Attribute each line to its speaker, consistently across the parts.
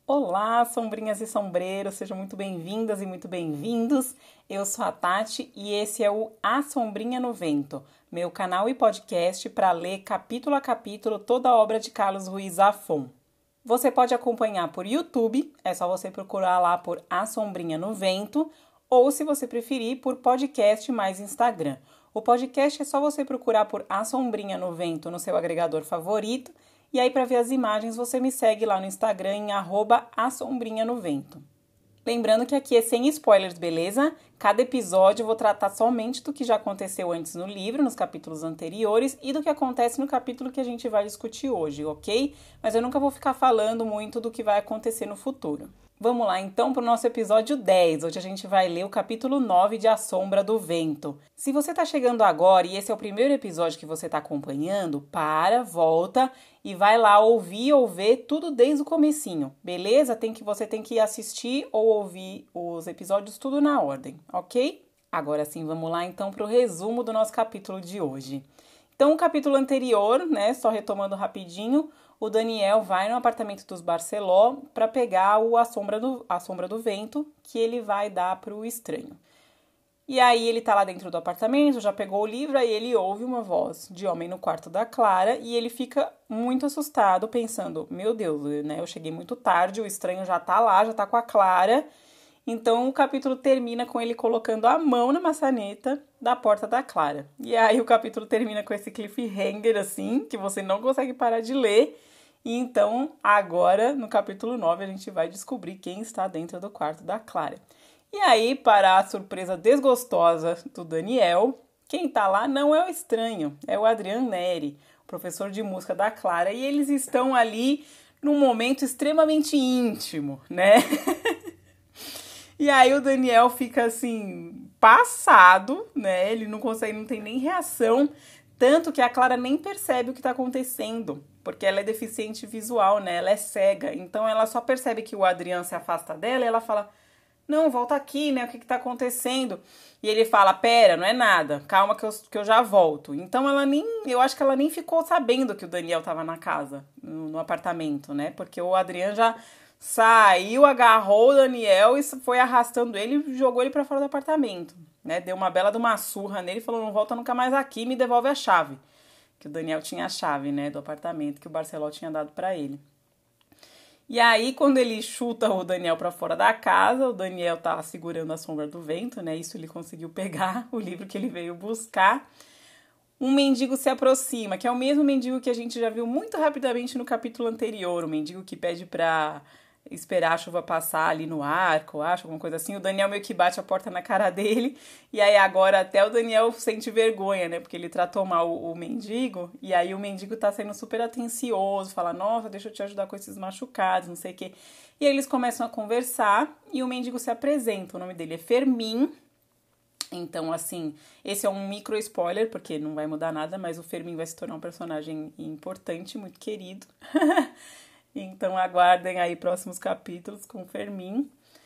Speaker 1: Olá, sombrinhas e sombreiros, sejam muito bem-vindas e muito bem-vindos. Eu sou a Tati e esse é o A Sombrinha no Vento, meu canal e podcast para ler capítulo a capítulo toda a obra de Carlos Ruiz Zafón. Você pode acompanhar por YouTube, é só você procurar lá por A Sombrinha no Vento, ou se você preferir, por podcast mais Instagram. O podcast é só você procurar por A Sombrinha no Vento no seu agregador favorito. E aí, para ver as imagens, você me segue lá no Instagram em @assombrinhanovento. Lembrando que aqui é sem spoilers, beleza? Cada episódio eu vou tratar somente do que já aconteceu antes no livro, nos capítulos anteriores, e do que acontece no capítulo que a gente vai discutir hoje, ok? Mas eu nunca vou ficar falando muito do que vai acontecer no futuro. Vamos lá então para o nosso episódio 10. Hoje a gente vai ler o capítulo 9 de A Sombra do Vento. Se você está chegando agora e esse é o primeiro episódio que você está acompanhando, volta e vai lá ouvir ou ver tudo desde o comecinho, beleza? Você tem que assistir ou ouvir os episódios tudo na ordem, ok? Agora sim, vamos lá então para o resumo do nosso capítulo de hoje. Então, o capítulo anterior, né, só retomando rapidinho, o Daniel vai no apartamento dos Barceló para pegar a sombra do vento que ele vai dar para o estranho. E aí ele tá lá dentro do apartamento, já pegou o livro, aí ele ouve uma voz de homem no quarto da Clara e ele fica muito assustado, pensando, meu Deus, né, eu cheguei muito tarde, o estranho já tá lá, já tá com a Clara. Então o capítulo termina com ele colocando a mão na maçaneta da porta da Clara. E aí o capítulo termina com esse cliffhanger assim, que você não consegue parar de ler. E então, agora, no capítulo 9, a gente vai descobrir quem está dentro do quarto da Clara. E aí, para a surpresa desgostosa do Daniel, quem tá lá não é o estranho, é o Adrian Neri, professor de música da Clara. E eles estão ali num momento extremamente íntimo, né? E aí o Daniel fica assim, passado, né? Ele não consegue, não tem nem reação. Tanto que a Clara nem percebe o que tá acontecendo, porque ela é deficiente visual, né? Ela é cega. Então ela só percebe que o Adriano se afasta dela e ela fala: não, volta aqui, né? O que tá acontecendo? E ele fala: pera, não é nada, calma que eu já volto. Então eu acho que ela nem ficou sabendo que o Daniel tava na casa, no apartamento, né? Porque o Adriano já saiu, agarrou o Daniel e foi arrastando ele e jogou ele pra fora do apartamento, né? Deu uma bela de uma surra nele e falou: não volta nunca mais aqui, me devolve a chave. Que o Daniel tinha a chave, né, do apartamento que o Barceló tinha dado pra ele. E aí, quando ele chuta o Daniel pra fora da casa, o Daniel tá segurando a sombra do vento, né? Isso ele conseguiu pegar, o livro que ele veio buscar. Um mendigo se aproxima, que é o mesmo mendigo que a gente já viu muito rapidamente no capítulo anterior, o mendigo que pede pra esperar a chuva passar ali no arco, acho, alguma coisa assim. O Daniel meio que bate a porta na cara dele, e aí agora até o Daniel sente vergonha, né, porque ele tratou mal o mendigo, e aí o mendigo tá sendo super atencioso, fala: nossa, deixa eu te ajudar com esses machucados, não sei o quê. E aí eles começam a conversar, e o mendigo se apresenta, o nome dele é Fermin. Então, assim, esse é um micro spoiler, porque não vai mudar nada, mas o Fermin vai se tornar um personagem importante, muito querido. Então, aguardem aí próximos capítulos com o Fermin.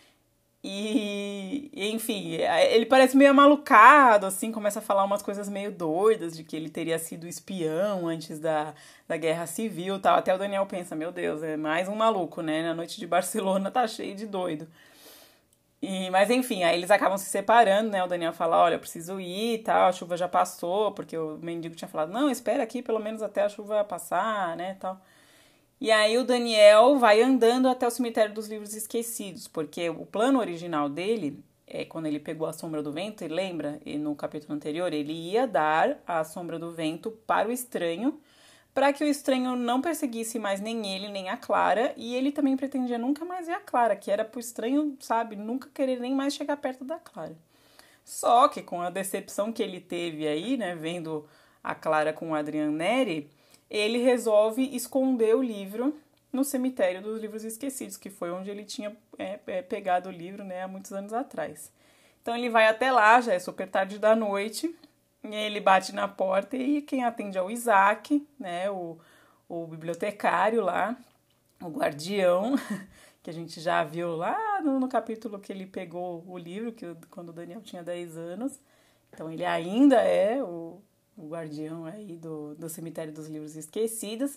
Speaker 1: Enfim, ele parece meio amalucado, assim, começa a falar umas coisas meio doidas, de que ele teria sido espião antes da Guerra Civil e tal. Até o Daniel pensa: meu Deus, é mais um maluco, né? Na noite de Barcelona tá cheio de doido. Mas enfim, aí eles acabam se separando, né? O Daniel fala: olha, eu preciso ir e tal, a chuva já passou, porque o mendigo tinha falado: não, espera aqui pelo menos até a chuva passar, né, tal. E aí o Daniel vai andando até o cemitério dos livros esquecidos, porque o plano original dele, quando ele pegou a sombra do vento, ele lembra, no capítulo anterior, ele ia dar a sombra do vento para o estranho, para que o estranho não perseguisse mais nem ele, nem a Clara, e ele também pretendia nunca mais ver a Clara, que era pro estranho, sabe, nunca querer nem mais chegar perto da Clara. Só que com a decepção que ele teve aí, né, vendo a Clara com o Adrian Neri, ele resolve esconder o livro no cemitério dos livros esquecidos, que foi onde ele tinha pegado o livro, né, há muitos anos atrás. Então ele vai até lá, já é super tarde da noite, e ele bate na porta e quem atende é o Isaac, né, o bibliotecário lá, o guardião, que a gente já viu lá no capítulo que ele pegou o livro, quando o Daniel tinha 10 anos. Então ele ainda é o guardião aí do cemitério dos livros esquecidos.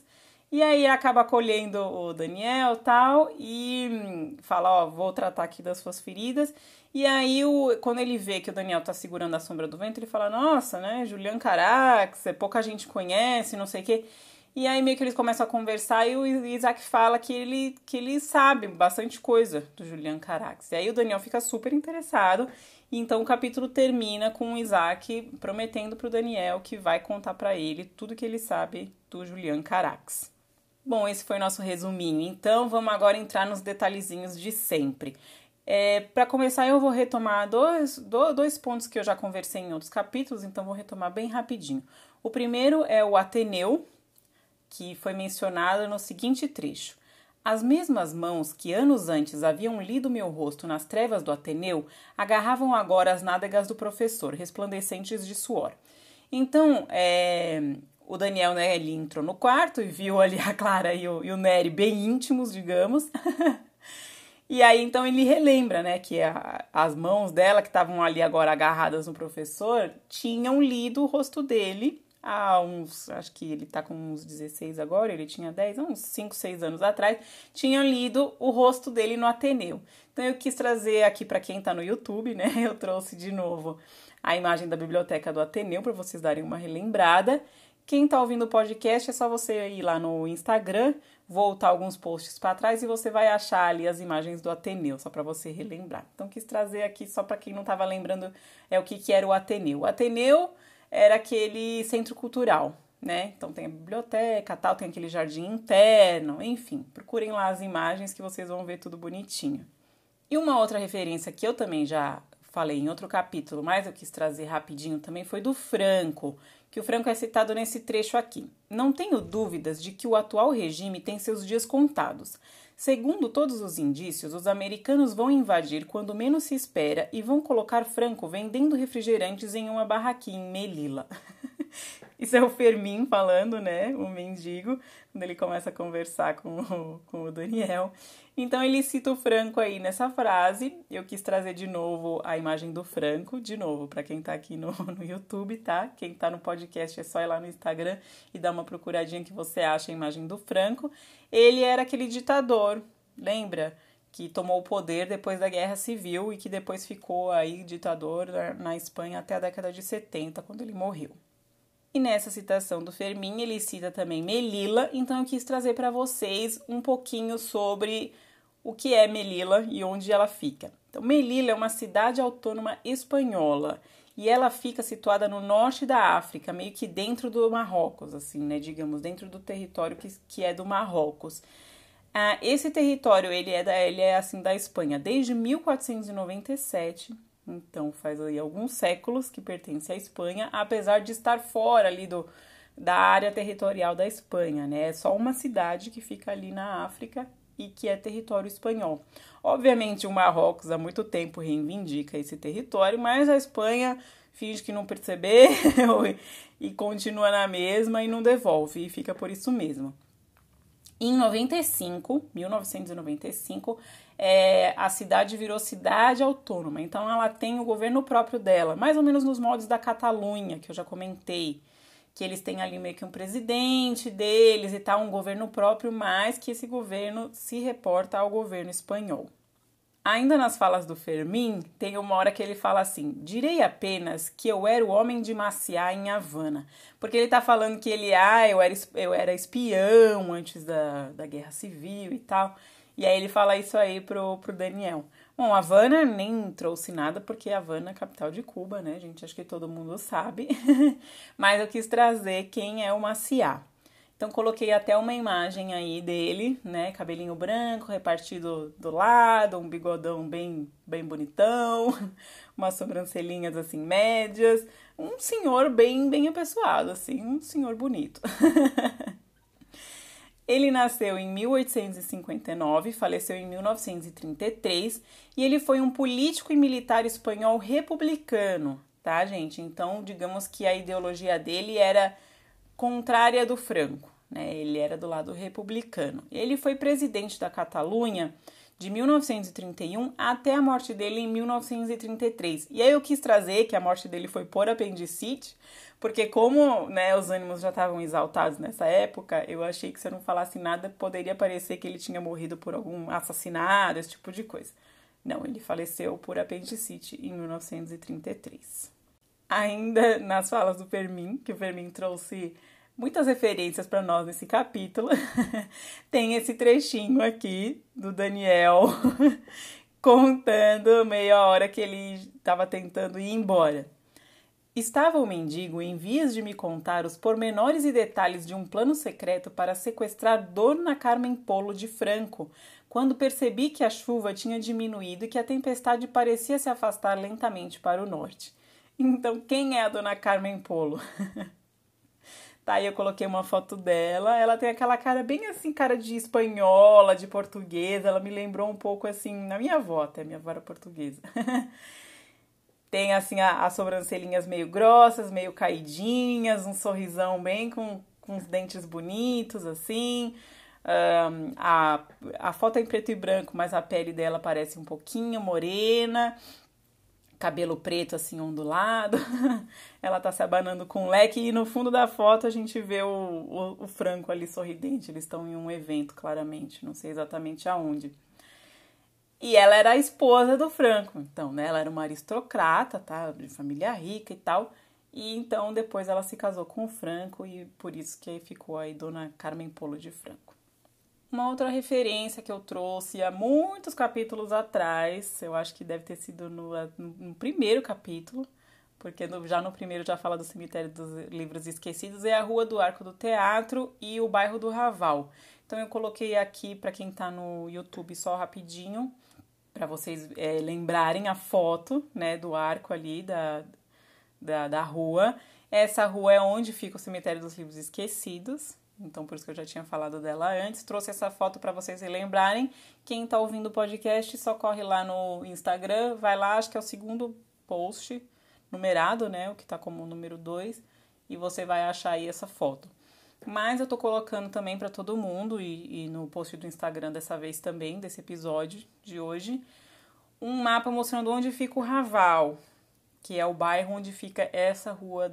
Speaker 1: E aí acaba acolhendo o Daniel e tal, e fala, ó, vou tratar aqui das suas feridas. E aí, quando ele vê que o Daniel tá segurando a sombra do vento, ele fala, nossa, né, Julian Carax, pouca gente conhece, não sei o quê. E aí meio que eles começam a conversar e o Isaac fala que ele sabe bastante coisa do Julian Carax. E aí o Daniel fica super interessado. E então o capítulo termina com o Isaac prometendo pro Daniel que vai contar pra ele tudo que ele sabe do Julian Carax. Bom, esse foi o nosso resuminho. Então vamos agora entrar nos detalhezinhos de sempre. Para começar, eu vou retomar dois pontos que eu já conversei em outros capítulos, então vou retomar bem rapidinho. O primeiro é o Ateneu, que foi mencionado no seguinte trecho. As mesmas mãos que anos antes haviam lido meu rosto nas trevas do Ateneu agarravam agora as nádegas do professor, resplandecentes de suor. Então, o Daniel, né, ele entrou no quarto e viu ali a Clara e o Nery bem íntimos, digamos. E aí, então, ele relembra, né, que as mãos dela, que estavam ali agora agarradas no professor, tinham lido o rosto dele há acho que ele tá com uns 16 agora, ele tinha 10, uns 5, 6 anos atrás, tinham lido o rosto dele no Ateneu. Então, eu quis trazer aqui para quem tá no YouTube, né, eu trouxe de novo a imagem da biblioteca do Ateneu para vocês darem uma relembrada. Quem tá ouvindo o podcast é só você ir lá no Instagram, voltar alguns posts para trás e você vai achar ali as imagens do Ateneu, só para você relembrar. Então, quis trazer aqui só para quem não estava lembrando o que era o Ateneu. O Ateneu era aquele centro cultural, né? Então, tem a biblioteca, tal, tem aquele jardim interno, enfim. Procurem lá as imagens que vocês vão ver tudo bonitinho. E uma outra referência que eu também já falei em outro capítulo, mas eu quis trazer rapidinho também, foi do Franco, que o Franco é citado nesse trecho aqui. Não tenho dúvidas de que o atual regime tem seus dias contados. Segundo todos os indícios, os americanos vão invadir quando menos se espera e vão colocar Franco vendendo refrigerantes em uma barraquinha em Melilla. Isso é o Fermin falando, né? O mendigo, quando ele começa a conversar com o Daniel. Então ele cita o Franco aí nessa frase. Eu quis trazer de novo a imagem do Franco, de novo, para quem tá aqui no YouTube, tá? Quem tá no podcast é só ir lá no Instagram e dar uma procuradinha que você acha a imagem do Franco. Ele era aquele ditador, lembra? Que tomou o poder depois da Guerra Civil e que depois ficou aí ditador na Espanha até a década de 70, quando ele morreu. E nessa citação do Fermin, ele cita também Melilla, então eu quis trazer para vocês um pouquinho sobre o que é Melilla e onde ela fica. Então, Melilla é uma cidade autônoma espanhola e ela fica situada no norte da África, meio que dentro do Marrocos, assim, né, digamos, dentro do território que é do Marrocos. Esse território, ele é assim, da Espanha desde 1497, então faz aí alguns séculos que pertence à Espanha, apesar de estar fora ali da área territorial da Espanha, né? É só uma cidade que fica ali na África e que é território espanhol. Obviamente o Marrocos há muito tempo reivindica esse território, mas a Espanha finge que não percebeu e continua na mesma e não devolve, e fica por isso mesmo. Em 1995, a cidade virou cidade autônoma, então ela tem o governo próprio dela, mais ou menos nos moldes da Catalunha, que eu já comentei, que eles têm ali meio que um presidente deles e tal, um governo próprio, mas que esse governo se reporta ao governo espanhol. Ainda nas falas do Fermin, tem uma hora que ele fala assim: direi apenas que eu era o homem de Maciá em Havana. Porque ele tá falando que eu era espião antes da Guerra Civil e tal. E aí ele fala isso aí pro Daniel. Bom, Havana nem trouxe nada, porque Havana é a capital de Cuba, né, gente? Acho que todo mundo sabe. Mas eu quis trazer quem é o Maciá. Então, coloquei até uma imagem aí dele, né? Cabelinho branco, repartido do lado, um bigodão bem, bem bonitão, umas sobrancelhinhas, assim, médias. Um senhor bem, bem apessoado, assim, um senhor bonito. Ele nasceu em 1859, faleceu em 1933, e ele foi um político e militar espanhol republicano, tá, gente? Então, digamos que a ideologia dele era contrária do Franco, né? Ele era do lado republicano. Ele foi presidente da Catalunha de 1931 até a morte dele em 1933. E aí eu quis trazer que a morte dele foi por apendicite, porque como, né, os ânimos já estavam exaltados nessa época, eu achei que se eu não falasse nada, poderia parecer que ele tinha morrido por algum assassinato, esse tipo de coisa. Não, ele faleceu por apendicite em 1933. Ainda nas falas do Fermin, que o Fermin trouxe muitas referências para nós nesse capítulo, tem esse trechinho aqui do Daniel contando meia hora que ele estava tentando ir embora. Estava o mendigo em vias de me contar os pormenores e detalhes de um plano secreto para sequestrar Dona Carmen Polo de Franco, quando percebi que a chuva tinha diminuído e que a tempestade parecia se afastar lentamente para o norte. Então, quem é a Dona Carmen Polo? Tá, aí eu coloquei uma foto dela, ela tem aquela cara bem assim, cara de espanhola, de portuguesa, ela me lembrou um pouco assim, na minha avó, até minha avó era portuguesa. Tem assim as sobrancelhinhas meio grossas, meio caidinhas, um sorrisão bem com uns dentes bonitos, assim. A foto é em preto e branco, mas a pele dela parece um pouquinho morena. Cabelo preto assim ondulado. Ela tá se abanando com um leque e no fundo da foto a gente vê o Franco ali sorridente. Eles estão em um evento, claramente. Não sei exatamente aonde. E ela era a esposa do Franco, então, né? Ela era uma aristocrata, tá? De família rica e tal. E então depois ela se casou com o Franco e por isso que ficou aí Dona Carmen Polo de Franco. Uma outra referência que eu trouxe há muitos capítulos atrás, eu acho que deve ter sido no primeiro capítulo, porque já no primeiro já fala do Cemitério dos Livros Esquecidos, é a Rua do Arco do Teatro e o bairro do Raval. Então eu coloquei aqui para quem tá no YouTube só rapidinho, para vocês lembrarem a foto, né, do arco ali da rua. Essa rua é onde fica o Cemitério dos Livros Esquecidos, então por isso que eu já tinha falado dela antes. Trouxe essa foto para vocês relembrarem. Quem tá ouvindo o podcast só corre lá no Instagram, vai lá, acho que é o segundo post numerado, né, o que tá como número 2, e você vai achar aí essa foto. Mas eu tô colocando também para todo mundo, e no post do Instagram dessa vez também, desse episódio de hoje, um mapa mostrando onde fica o Raval, que é o bairro onde fica essa rua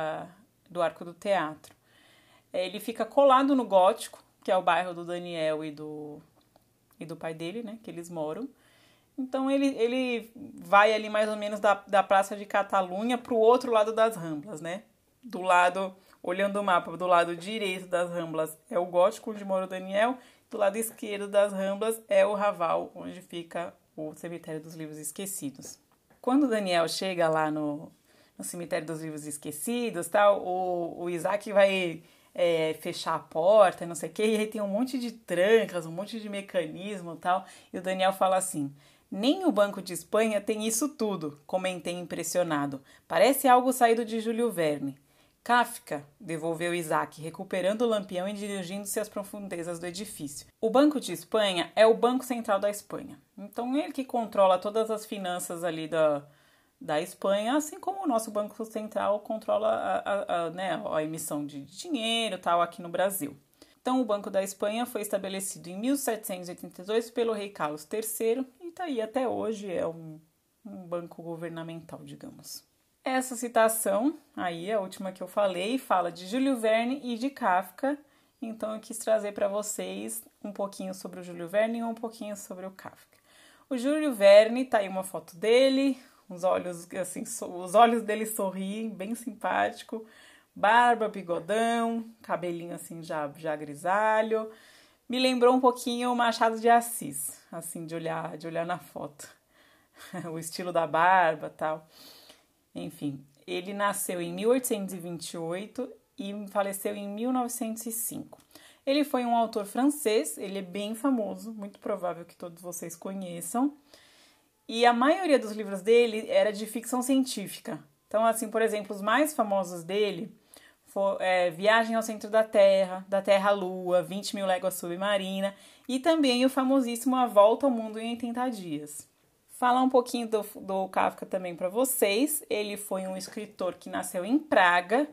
Speaker 1: do Arco do Teatro. Ele fica colado no Gótico, que é o bairro do Daniel e do pai dele, né, que eles moram. Então ele vai ali mais ou menos da Praça de Catalunha pro outro lado das Ramblas, né? Do lado, olhando o mapa, do lado direito das Ramblas é o Gótico, onde mora o Daniel. Do lado esquerdo das Ramblas é o Raval, onde fica o Cemitério dos Livros Esquecidos. Quando o Daniel chega lá no Cemitério dos Livros Esquecidos, tal, o Isaac vai fechar a porta, não sei o quê, e aí tem um monte de trancas, um monte de mecanismo e tal, e o Daniel fala assim: nem o Banco de Espanha tem isso tudo, comentei impressionado. Parece algo saído de Júlio Verne. Kafka, devolveu Isaac, recuperando o lampião e dirigindo-se às profundezas do edifício. O Banco de Espanha é o Banco Central da Espanha. Então é ele que controla todas as finanças ali da Espanha, assim como o nosso Banco Central controla a emissão de dinheiro e tal aqui no Brasil. Então o Banco da Espanha foi estabelecido em 1782 pelo rei Carlos III e tá aí até hoje, é um banco governamental, digamos. Essa citação, aí a última que eu falei, fala de Júlio Verne e de Kafka, então eu quis trazer para vocês um pouquinho sobre o Júlio Verne e um pouquinho sobre o Kafka. O Júlio Verne, tá aí uma foto dele, os olhos dele sorriem, bem simpático, barba, bigodão, cabelinho assim já grisalho. Me lembrou um pouquinho o Machado de Assis, assim, de olhar na foto. O estilo da barba e tal. Enfim, ele nasceu em 1828 e faleceu em 1905. Ele foi um autor francês, ele é bem famoso, muito provável que todos vocês conheçam. E a maioria dos livros dele era de ficção científica. Então, assim, por exemplo, os mais famosos dele foram Viagem ao Centro da Terra à Lua, 20 Mil Léguas Submarina e também o famosíssimo A Volta ao Mundo em 80 Dias. Falar um pouquinho do Kafka também para vocês. Ele foi um escritor que nasceu em Praga,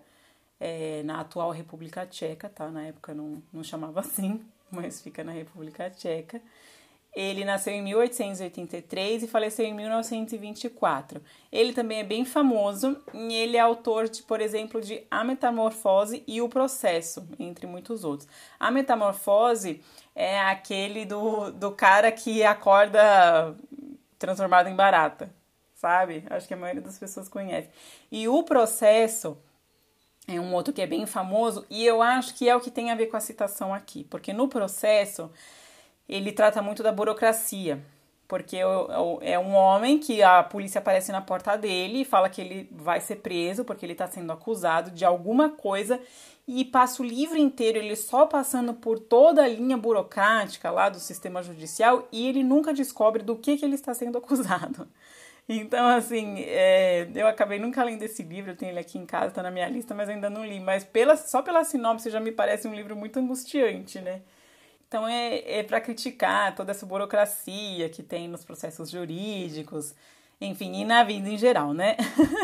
Speaker 1: na atual República Tcheca, tá? Na época não chamava assim, mas fica na República Tcheca. Ele nasceu em 1883 e faleceu em 1924. Ele também é bem famoso e ele é autor, por exemplo, de A Metamorfose e O Processo, entre muitos outros. A Metamorfose é aquele do cara que acorda transformado em barata, sabe? Acho que a maioria das pessoas conhece. E O Processo é um outro que é bem famoso e eu acho que é o que tem a ver com a citação aqui, porque no Processo ele trata muito da burocracia, porque é um homem que a polícia aparece na porta dele e fala que ele vai ser preso porque ele está sendo acusado de alguma coisa e passa o livro inteiro ele só passando por toda a linha burocrática lá do sistema judicial e ele nunca descobre do que ele está sendo acusado. Então, assim, eu acabei nunca lendo esse livro, eu tenho ele aqui em casa, tá na minha lista, mas ainda não li. Mas só pela sinopse já me parece um livro muito angustiante, né? Então é para criticar toda essa burocracia que tem nos processos jurídicos, enfim, e na vida em geral, né?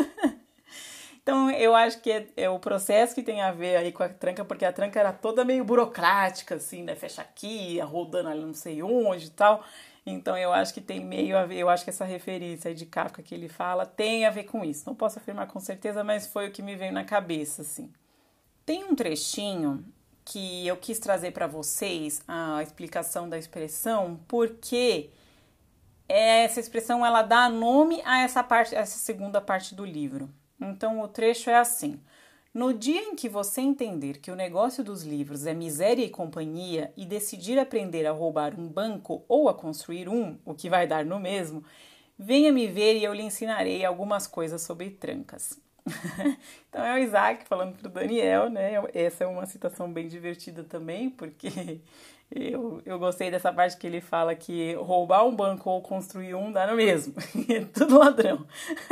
Speaker 1: Então eu acho que é o processo que tem a ver aí com a tranca, porque a tranca era toda meio burocrática, assim, né? Fecha aqui, rodando ali não sei onde e tal. Então eu acho que tem meio a ver, eu acho que essa referência aí de Kafka que ele fala tem a ver com isso. Não posso afirmar com certeza, mas foi o que me veio na cabeça, assim. Tem um trechinho que eu quis trazer para vocês a explicação da expressão, porque essa expressão ela dá nome a essa segunda parte do livro. Então o trecho é assim: no dia em que você entender que o negócio dos livros é miséria e companhia e decidir aprender a roubar um banco ou a construir um, o que vai dar no mesmo, venha me ver e eu lhe ensinarei algumas coisas sobre trancas. Então é o Isaac falando pro Daniel, né? Essa é uma citação bem divertida também, porque eu gostei dessa parte que ele fala que roubar um banco ou construir um dá no mesmo. É tudo ladrão.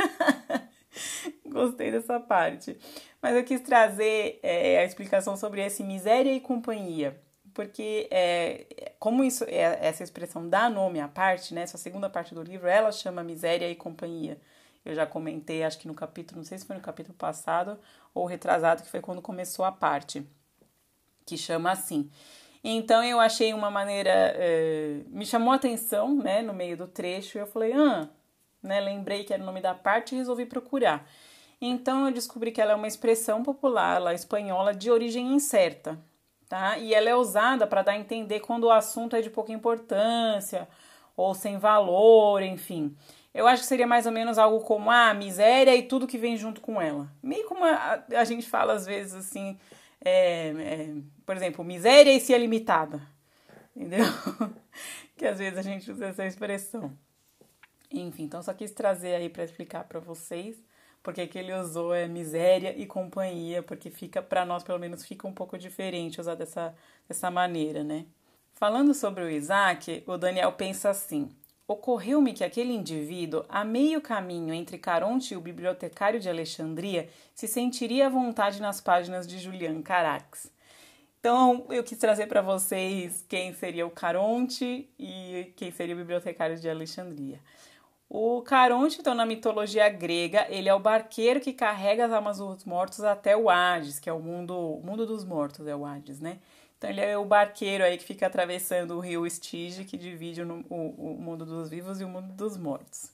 Speaker 1: Gostei dessa parte. Mas eu quis trazer a explicação sobre esse miséria e companhia. Porque como essa expressão dá nome à parte, né? Essa segunda parte do livro, ela chama miséria e companhia. Eu já comentei, acho que no capítulo, não sei se foi no capítulo passado ou retrasado, que foi quando começou a parte, que chama assim. Então eu achei uma maneira, me chamou a atenção, né, no meio do trecho, e eu falei, né, lembrei que era o nome da parte e resolvi procurar. Então eu descobri que ela é uma expressão popular, ela é espanhola, de origem incerta, tá? E ela é usada para dar a entender quando o assunto é de pouca importância ou sem valor, enfim. Eu acho que seria mais ou menos algo como a miséria e tudo que vem junto com ela. Meio como a gente fala às vezes assim, por exemplo, miséria e se é limitada, entendeu? Que às vezes a gente usa essa expressão. Enfim, então só quis trazer aí para explicar para vocês porque que ele usou miséria e companhia, porque fica, para nós pelo menos, fica um pouco diferente usar dessa maneira, né? Falando sobre o Isaac, o Daniel pensa assim: ocorreu-me que aquele indivíduo, a meio caminho entre Caronte e o bibliotecário de Alexandria, se sentiria à vontade nas páginas de Julian Carax. Então, eu quis trazer para vocês quem seria o Caronte e quem seria o bibliotecário de Alexandria. O Caronte, então, na mitologia grega, ele é o barqueiro que carrega as almas dos mortos até o Hades, que é o mundo dos mortos, é o Hades, né? Então ele é o barqueiro aí que fica atravessando o rio Estige, que divide o mundo dos vivos e o mundo dos mortos.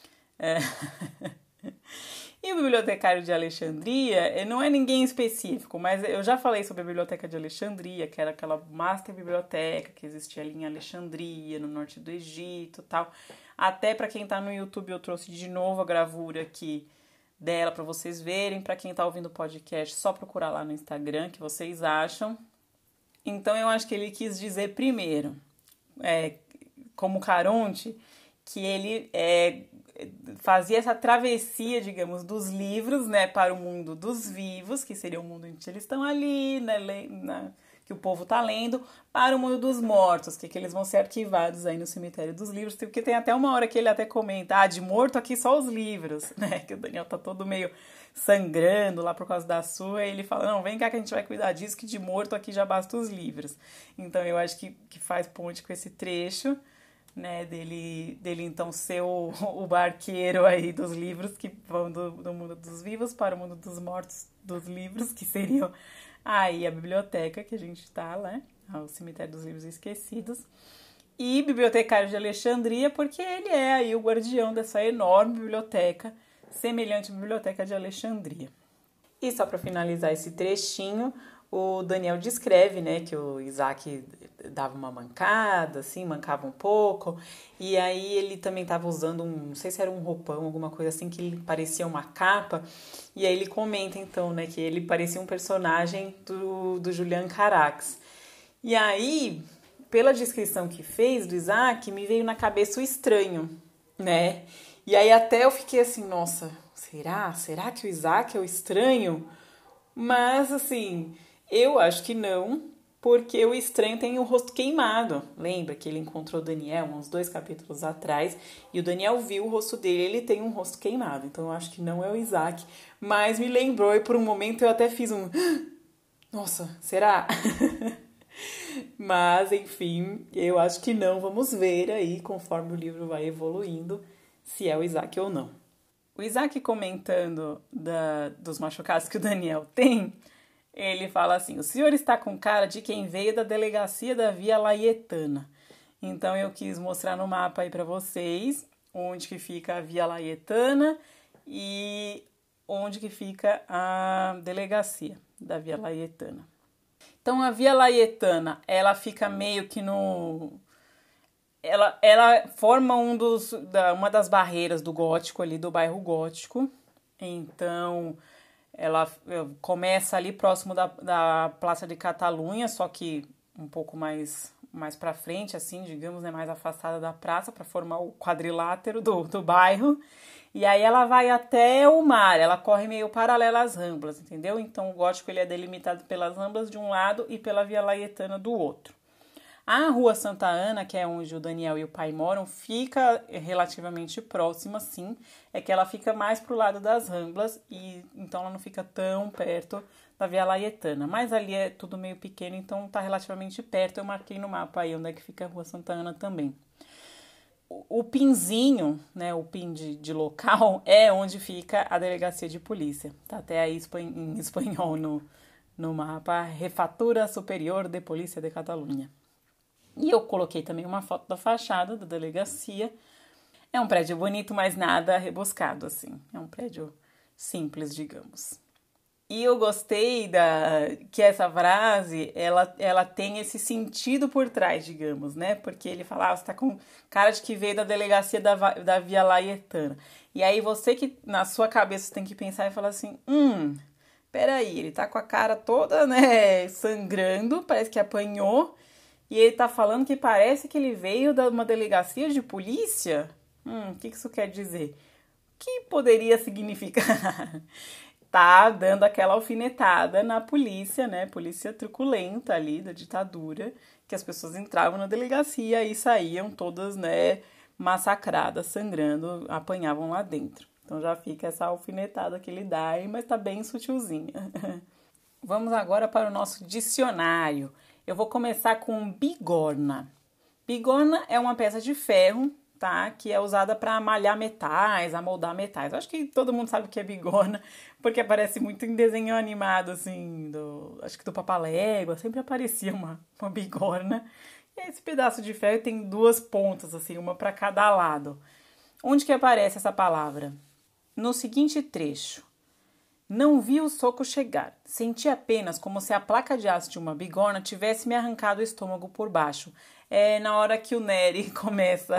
Speaker 1: E o bibliotecário de Alexandria não é ninguém específico, mas eu já falei sobre a biblioteca de Alexandria, que era aquela master biblioteca que existia ali em Alexandria, no norte do Egito e tal. Até para quem tá no YouTube eu trouxe de novo a gravura aqui dela para vocês verem. Para quem tá ouvindo o podcast, só procurar lá no Instagram que vocês acham. Então eu acho que ele quis dizer primeiro, como Caronte, que ele fazia essa travessia, digamos, dos livros, né, para o mundo dos vivos, que seria o mundo em que eles estão ali, né, que o povo está lendo, para o mundo dos mortos, que eles vão ser arquivados aí no cemitério dos livros, porque tem até uma hora que ele até comenta, de morto aqui só os livros, né, que o Daniel tá todo meio sangrando lá por causa da sua, e ele fala, não, vem cá que a gente vai cuidar disso, que de morto aqui já basta os livros. Então eu acho que faz ponte com esse trecho, né, dele então ser o barqueiro aí dos livros que vão do mundo dos vivos para o mundo dos mortos dos livros, que seriam aí a biblioteca que a gente tá, né, o cemitério dos livros esquecidos. e bibliotecário de Alexandria, porque ele é aí o guardião dessa enorme biblioteca, semelhante à Biblioteca de Alexandria. E só para finalizar esse trechinho, o Daniel descreve, né, que o Isaac dava uma mancada, assim, mancava um pouco, e aí ele também estava usando não sei se era um roupão, alguma coisa assim, que parecia uma capa, e aí ele comenta, então, né, que ele parecia um personagem do Julian Carax. E aí, pela descrição que fez do Isaac, me veio na cabeça o estranho, né, e aí até eu fiquei assim, nossa, será que o Isaac é o estranho? Mas, assim, eu acho que não, porque o estranho tem o rosto queimado. Lembra que ele encontrou o Daniel uns 2 capítulos atrás e o Daniel viu o rosto dele, ele tem um rosto queimado. Então eu acho que não é o Isaac, mas me lembrou e por um momento eu até fiz um... Nossa, será? Mas, enfim, eu acho que não. Vamos ver aí, conforme o livro vai evoluindo, se é o Isaac ou não. O Isaac comentando dos machucados que o Daniel tem, ele fala assim, o senhor está com cara de quem veio da delegacia da Via Laietana. Então eu quis mostrar no mapa aí para vocês onde que fica a Via Laietana e onde que fica a delegacia da Via Laietana. Então a Via Laietana, ela fica meio que no... Ela forma uma das barreiras do gótico ali, do bairro gótico. Então, ela começa ali próximo da Praça de Catalunha, só que um pouco mais para frente, assim, digamos, né, mais afastada da praça, para formar o quadrilátero do bairro. E aí ela vai até o mar, ela corre meio paralela às Ramblas, entendeu? Então, o gótico ele é delimitado pelas Ramblas de um lado e pela Via Laietana do outro. A Rua Santa Ana, que é onde o Daniel e o pai moram, fica relativamente próxima, sim. É que ela fica mais pro lado das Ramblas e então ela não fica tão perto da Via Laietana. Mas ali é tudo meio pequeno, então tá relativamente perto. Eu marquei no mapa aí onde é que fica a Rua Santa Ana também. O pinzinho, né, o pin de local, é onde fica a delegacia de polícia. Tá até aí em espanhol no mapa, Refatura Superior de Polícia de Catalunha. E eu coloquei também uma foto da fachada da delegacia. É um prédio bonito, mas nada rebuscado, assim. É um prédio simples, digamos. E eu gostei que essa frase, ela tem esse sentido por trás, digamos, né? Porque ele fala, você tá com cara de que veio da delegacia da Via Laietana. E aí você que, na sua cabeça, tem que pensar e falar assim, peraí, ele tá com a cara toda, né, sangrando, parece que apanhou. E ele tá falando que parece que ele veio de uma delegacia de polícia? O que isso quer dizer? O que poderia significar? Tá dando aquela alfinetada na polícia, né? Polícia truculenta ali da ditadura, que as pessoas entravam na delegacia e saíam todas, né, massacradas, sangrando, apanhavam lá dentro. Então já fica essa alfinetada que ele dá aí, mas tá bem sutilzinha. Vamos agora para o nosso dicionário. Eu vou começar com bigorna. Bigorna é uma peça de ferro, tá? Que é usada para amalhar metais, amoldar metais. Eu acho que todo mundo sabe o que é bigorna, porque aparece muito em desenho animado, assim, acho que do Papalégua, sempre aparecia uma bigorna. E esse pedaço de ferro tem 2 pontas, assim, uma para cada lado. Onde que aparece essa palavra? No seguinte trecho. Não vi o soco chegar. Senti apenas como se a placa de aço de uma bigorna tivesse me arrancado o estômago por baixo. É na hora que o Nery começa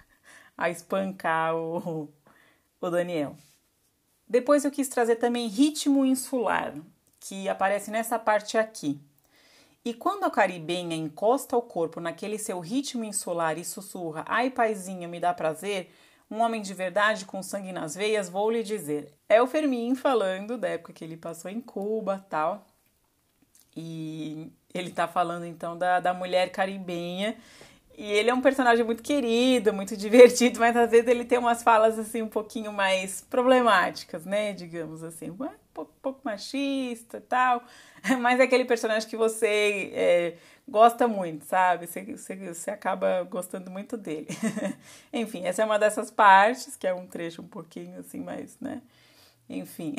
Speaker 1: a espancar o Daniel. Depois eu quis trazer também ritmo insular, que aparece nessa parte aqui. E quando a caribenha encosta o corpo naquele seu ritmo insular e sussurra, ai paizinho, me dá prazer, um homem de verdade com sangue nas veias, vou lhe dizer. É o Fermín falando da época que ele passou em Cuba e tal. E ele tá falando então da mulher caribenha. E ele é um personagem muito querido, muito divertido, mas às vezes ele tem umas falas assim um pouquinho mais problemáticas, né? Digamos assim, um pouco machista e tal. Mas é aquele personagem que você gosta muito, sabe? Você acaba gostando muito dele. Enfim, essa é uma dessas partes, que é um trecho um pouquinho assim, mais, né? Enfim.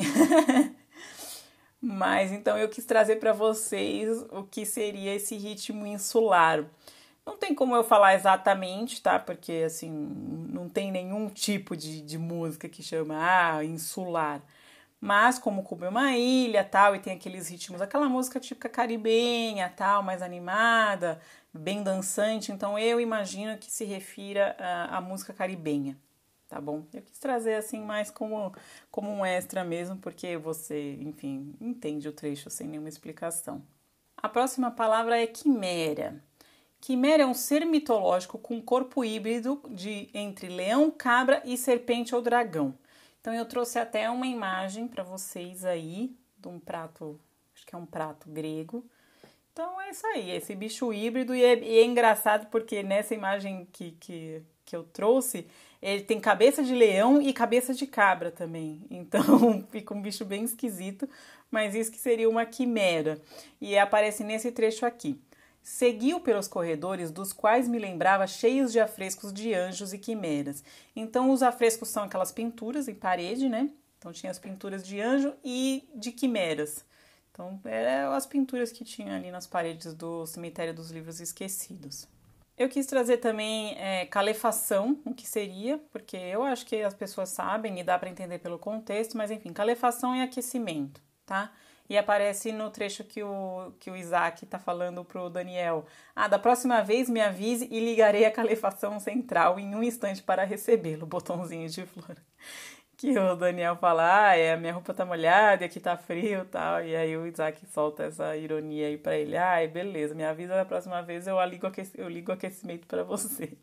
Speaker 1: Mas então eu quis trazer para vocês o que seria esse ritmo insular. Não tem como eu falar exatamente, tá? Porque, assim, não tem nenhum tipo de música que chama, insular. Mas como Cuba é uma ilha, tal, e tem aqueles ritmos, aquela música típica caribenha, tal, mais animada, bem dançante, então eu imagino que se refira à música caribenha, tá bom? Eu quis trazer assim mais como um extra mesmo, porque você, enfim, entende o trecho sem nenhuma explicação. A próxima palavra é quimera. Quimera é um ser mitológico com corpo híbrido entre leão, cabra e serpente ou dragão. Então eu trouxe até uma imagem para vocês aí de um prato, acho que é um prato grego. Então é isso aí, esse bicho híbrido, e é engraçado porque nessa imagem que eu trouxe, ele tem cabeça de leão e cabeça de cabra também. Então fica um bicho bem esquisito, mas isso que seria uma quimera. E aparece nesse trecho aqui. Seguiu pelos corredores, dos quais me lembrava cheios de afrescos de anjos e quimeras. Então, os afrescos são aquelas pinturas em parede, né? Então, tinha as pinturas de anjo e de quimeras. Então, eram as pinturas que tinha ali nas paredes do Cemitério dos Livros Esquecidos. Eu quis trazer também calefação, o que seria, porque eu acho que as pessoas sabem e dá para entender pelo contexto, mas enfim, calefação e aquecimento, tá? E aparece no trecho que o Isaac tá falando pro Daniel. Da próxima vez me avise e ligarei a calefação central em um instante para recebê-lo. Botãozinho de flor. Que o Daniel fala, a minha roupa tá molhada e aqui tá frio e tal. E aí o Isaac solta essa ironia aí pra ele. Beleza, me avisa da próxima vez, eu ligo o aquecimento para você.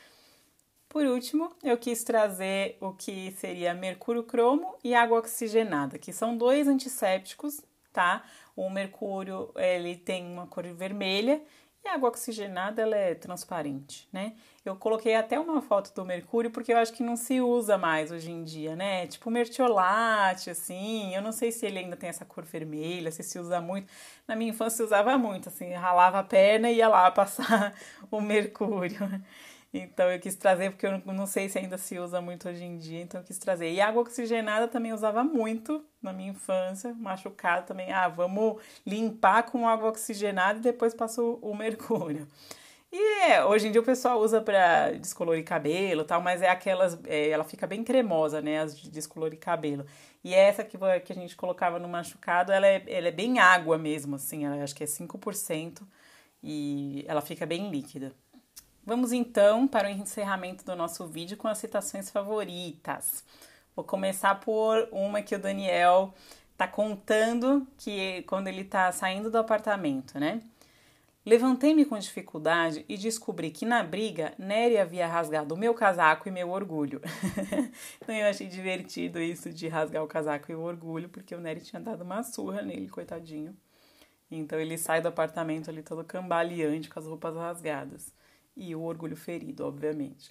Speaker 1: Por último, eu quis trazer o que seria mercúrio cromo e água oxigenada, que são dois antissépticos, tá? O mercúrio, ele tem uma cor vermelha e a água oxigenada, ela é transparente, né? Eu coloquei até uma foto do mercúrio porque eu acho que não se usa mais hoje em dia, né? Tipo mertiolate, assim. Eu não sei se ele ainda tem essa cor vermelha, se usa muito. Na minha infância se usava muito, assim, ralava a perna e ia lá passar o mercúrio. Então eu quis trazer, porque eu não sei se ainda se usa muito hoje em dia, então eu quis trazer. E água oxigenada também usava muito na minha infância, machucado também. Vamos limpar com água oxigenada e depois passa o mercúrio. E hoje em dia o pessoal usa pra descolorir cabelo e tal, mas é aquelas, ela fica bem cremosa, né, as de descolorir cabelo. E essa que a gente colocava no machucado, ela é bem água mesmo, assim, ela acho que é 5% e ela fica bem líquida. Vamos então para o encerramento do nosso vídeo com as citações favoritas. Vou começar por uma que o Daniel tá contando que quando ele tá saindo do apartamento, né? Levantei-me com dificuldade e descobri que na briga Nery havia rasgado o meu casaco e meu orgulho. Então eu achei divertido isso de rasgar o casaco e o orgulho, porque o Nery tinha dado uma surra nele, coitadinho. Então ele sai do apartamento ali todo cambaleante com as roupas rasgadas. E o orgulho ferido, obviamente.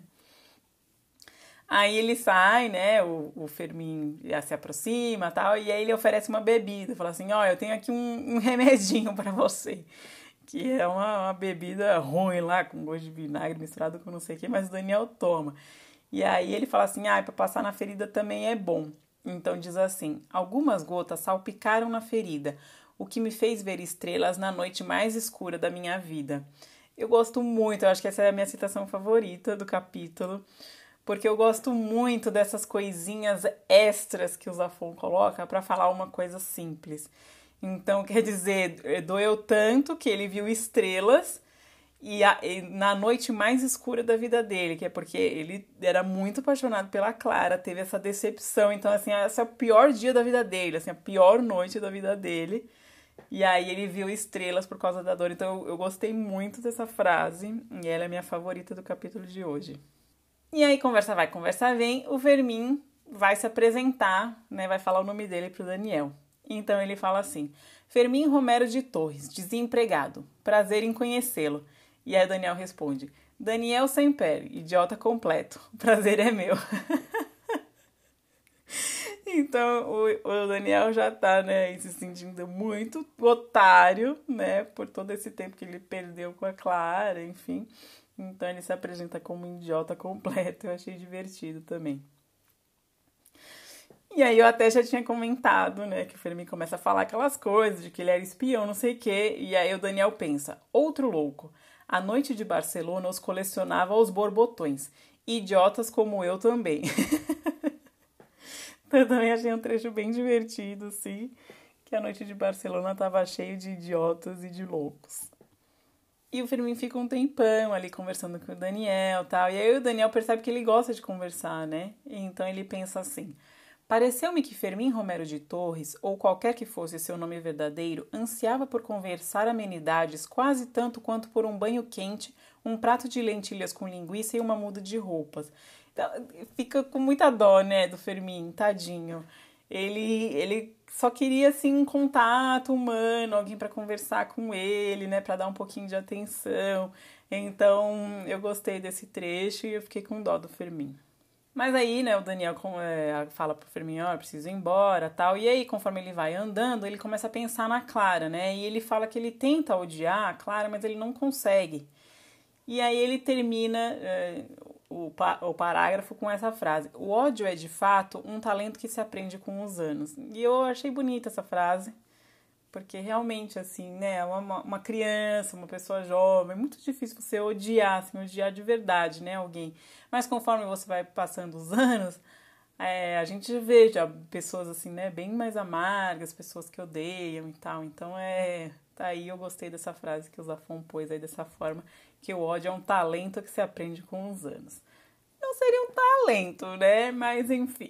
Speaker 1: Aí ele sai, né, o Fermin se aproxima e tal, e aí ele oferece uma bebida, fala assim, eu tenho aqui um remedinho pra você, que é uma bebida ruim lá, com gosto de vinagre misturado com não sei o que, mas o Daniel toma. E aí ele fala assim, pra passar na ferida também é bom. Então diz assim, algumas gotas salpicaram na ferida, o que me fez ver estrelas na noite mais escura da minha vida. Eu gosto muito, eu acho que essa é a minha citação favorita do capítulo, porque eu gosto muito dessas coisinhas extras que o Zafón coloca para falar uma coisa simples. Então, quer dizer, doeu tanto que ele viu estrelas e na noite mais escura da vida dele, que é porque ele era muito apaixonado pela Clara, teve essa decepção. Então, assim, esse é o pior dia da vida dele, assim, a pior noite da vida dele. E aí ele viu estrelas por causa da dor. Então eu gostei muito dessa frase e ela é minha favorita do capítulo de hoje. E aí conversa vai, conversa vem, o Fermin vai se apresentar, né, vai falar o nome dele pro Daniel. Então ele fala assim, Fermin Romero de Torres, desempregado, prazer em conhecê-lo. E aí o Daniel responde, Daniel Semper, idiota completo, prazer é meu. Então, o Daniel já tá, né, se sentindo muito otário, né, por todo esse tempo que ele perdeu com a Clara, enfim. Então, ele se apresenta como um idiota completo, eu achei divertido também. E aí, eu até já tinha comentado, né, que o Fermin começa a falar aquelas coisas, de que ele era espião, não sei o quê, e aí o Daniel pensa, outro louco. A noite de Barcelona os colecionava aos borbotões. Idiotas como eu também. Eu também achei um trecho bem divertido, sim, que a noite de Barcelona estava cheio de idiotas e de loucos. E o Fermín fica um tempão ali conversando com o Daniel e tal. E aí o Daniel percebe que ele gosta de conversar, né? Então ele pensa assim: pareceu-me que Fermín Romero de Torres, ou qualquer que fosse seu nome verdadeiro, ansiava por conversar amenidades quase tanto quanto por um banho quente, um prato de lentilhas com linguiça e uma muda de roupas. Então, fica com muita dó, né, do Fermín, tadinho. Ele só queria, assim, um contato humano, alguém para conversar com ele, né, para dar um pouquinho de atenção. Então, eu gostei desse trecho e eu fiquei com dó do Fermín. Mas aí, né, o Daniel fala pro Fermín, ó, preciso ir embora, tal. E aí, conforme ele vai andando, ele começa a pensar na Clara, né? E ele fala que ele tenta odiar a Clara, mas ele não consegue. E aí ele termina o parágrafo com essa frase: o ódio é, de fato, um talento que se aprende com os anos. E eu achei bonita essa frase, porque realmente, assim, né, uma criança, uma pessoa jovem, é muito difícil você odiar, assim, odiar de verdade, né, alguém. Mas conforme você vai passando os anos, a gente vê já pessoas, assim, né, bem mais amargas, pessoas que odeiam e tal. Então, tá aí, eu gostei dessa frase que o Zafón pôs aí dessa forma, que o ódio é um talento que se aprende com os anos. Não seria um talento, né, mas enfim.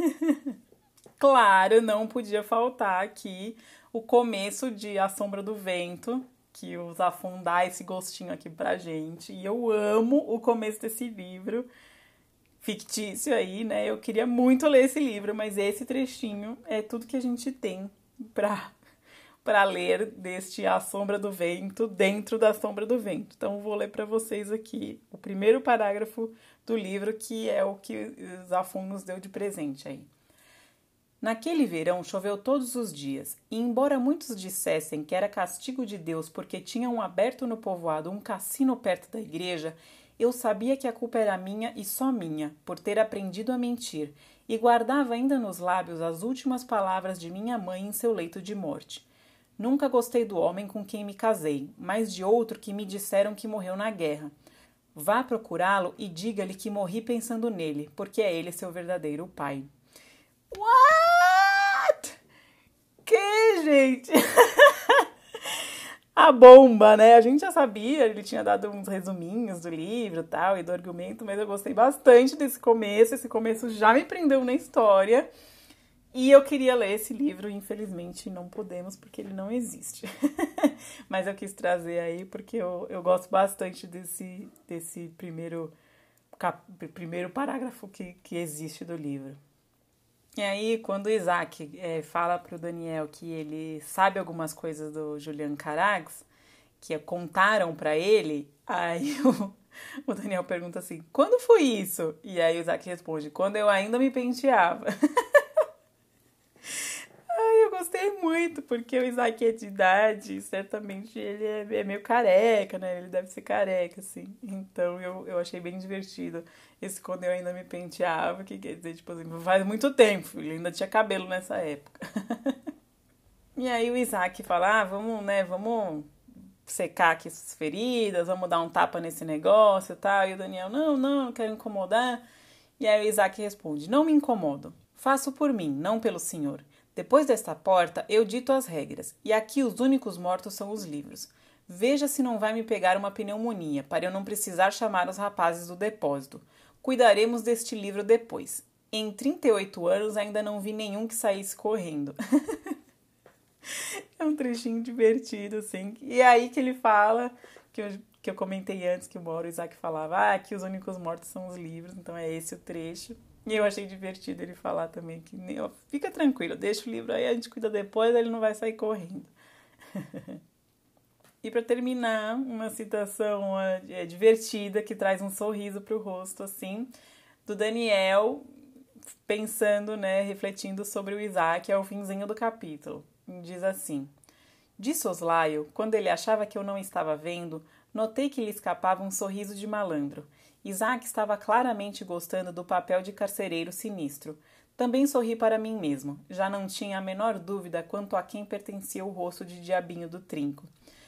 Speaker 1: Claro, não podia faltar aqui o começo de A Sombra do Vento, que o Zafón dá esse gostinho aqui pra gente. E eu amo o começo desse livro fictício aí, né? Eu queria muito ler esse livro, mas esse trechinho é tudo que a gente tem para ler deste A Sombra do Vento, dentro da Sombra do Vento. Então, vou ler para vocês aqui o primeiro parágrafo do livro, que é o que o Zafón nos deu de presente aí. Naquele verão choveu todos os dias, e embora muitos dissessem que era castigo de Deus porque tinham aberto no povoado um cassino perto da igreja, eu sabia que a culpa era minha e só minha, por ter aprendido a mentir, e guardava ainda nos lábios as últimas palavras de minha mãe em seu leito de morte. Nunca gostei do homem com quem me casei, mas de outro que me disseram que morreu na guerra. Vá procurá-lo e diga-lhe que morri pensando nele, porque é ele seu verdadeiro pai. What? Que, gente? A bomba, né? A gente já sabia, ele tinha dado uns resuminhos do livro e tal, e do argumento, mas eu gostei bastante desse começo. Esse começo já me prendeu na história. E eu queria ler esse livro, infelizmente não podemos, porque ele não existe. Mas eu quis trazer aí, porque eu gosto bastante desse primeiro parágrafo que existe do livro. E aí, quando o Isaac fala pro Daniel que ele sabe algumas coisas do Julian Carax, que contaram pra ele, aí o Daniel pergunta assim, quando foi isso? E aí o Isaac responde, quando eu ainda me penteava. Ai, eu gostei muito, porque o Isaac é de idade, certamente ele é meio careca, né? Ele deve ser careca, assim. Então eu achei bem divertido esse quando eu ainda me penteava, que quer dizer, tipo assim, faz muito tempo, ele ainda tinha cabelo nessa época. E aí o Isaac fala, vamos secar aqui essas feridas, vamos dar um tapa nesse negócio e tal. E o Daniel, não quero incomodar. E aí o Isaac responde, não me incomodo, faço por mim, não pelo senhor. Depois desta porta, eu dito as regras, e aqui os únicos mortos são os livros. Veja se não vai me pegar uma pneumonia, para eu não precisar chamar os rapazes do depósito. Cuidaremos deste livro depois. Em 38 anos ainda não vi nenhum que saísse correndo. É um trechinho divertido, assim. E é aí que ele fala, que eu comentei antes, que o Isaac falava, que os únicos mortos são os livros, então é esse o trecho. E eu achei divertido ele falar também que fica tranquilo, deixa o livro aí, a gente cuida depois, ele não vai sair correndo. E para terminar, uma citação divertida que traz um sorriso pro rosto, assim, do Daniel pensando, né, refletindo sobre o Isaac ao finzinho do capítulo. Diz assim, de soslaio, quando ele achava que eu não estava vendo, notei que lhe escapava um sorriso de malandro. Isaac estava claramente gostando do papel de carcereiro sinistro. Também sorri para mim mesmo. Já não tinha a menor dúvida quanto a quem pertencia o rosto de diabinho do trinco.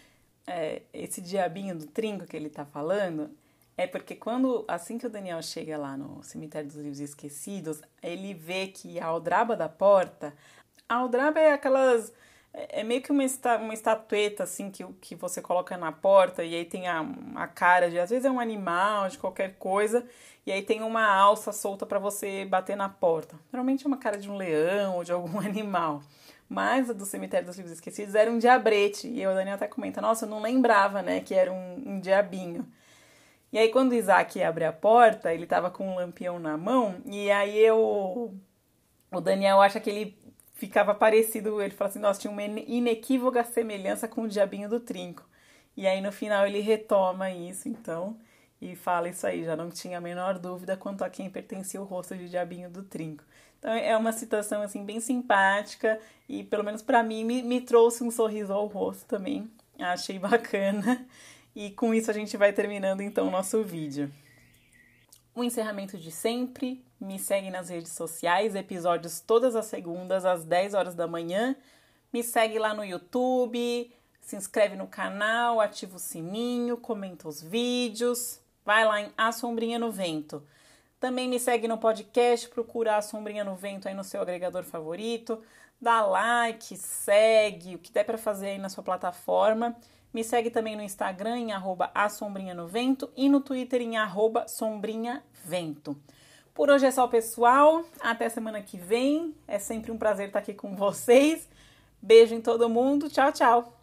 Speaker 1: esse diabinho do trinco que ele tá falando é porque assim que o Daniel chega lá no cemitério dos livros esquecidos, ele vê que a aldraba da porta, a aldraba é aquelas, é meio que uma estatueta assim que você coloca na porta e aí tem a cara de, às vezes é um animal, de qualquer coisa, e aí tem uma alça solta para você bater na porta. Normalmente é uma cara de um leão ou de algum animal. Mas a do cemitério dos livros esquecidos era um diabrete. E o Daniel até comenta, nossa, eu não lembrava, né, que era um diabinho. E aí quando o Isaac abre a porta, ele tava com um lampião na mão, e aí o Daniel acha que ele ficava parecido, ele fala assim, nossa, tinha uma inequívoca semelhança com o diabinho do trinco. E aí no final ele retoma isso, então, e fala isso aí, já não tinha a menor dúvida quanto a quem pertencia o rosto de diabinho do trinco. Então é uma situação assim bem simpática e pelo menos pra mim me trouxe um sorriso ao rosto também. Achei bacana. E com isso a gente vai terminando então o nosso vídeo. O encerramento de sempre, me segue nas redes sociais, episódios todas as segundas às 10 horas da manhã. Me segue lá no YouTube, se inscreve no canal, ativa o sininho, comenta os vídeos. Vai lá em A Sombrinha no Vento. Também me segue no podcast, procura A Sombrinha no Vento aí no seu agregador favorito. Dá like, segue, o que der para fazer aí na sua plataforma. Me segue também no Instagram em @asombrinhanovento e no Twitter em @sombrinhavento. Por hoje é só, pessoal. Até semana que vem. É sempre um prazer estar aqui com vocês. Beijo em todo mundo. Tchau, tchau.